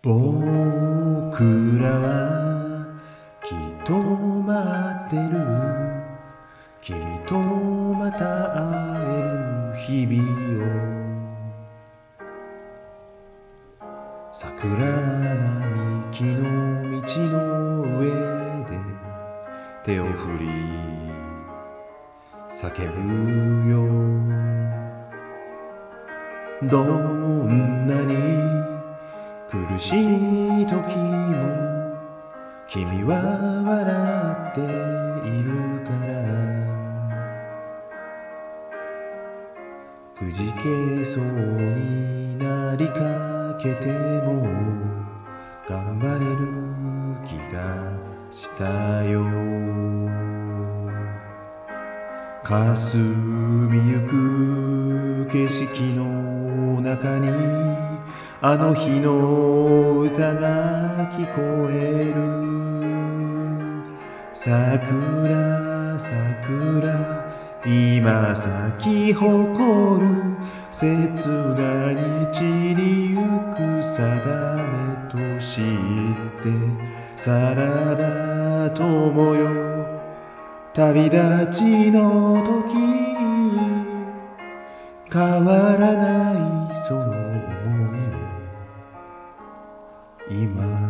僕らはきっと待ってる、君とまた会える日々を。桜並木の道の上で手を振り叫ぶよ。どんなに苦しい時も君は笑っているから、くじけそうになりかけても頑張れる気がしたよ。霞みゆく景色の中にあの日の歌が聞こえる。桜桜今咲き誇る、切な日に行く定めと知ってさらば友よ、旅立ちの時変わらないその想いを今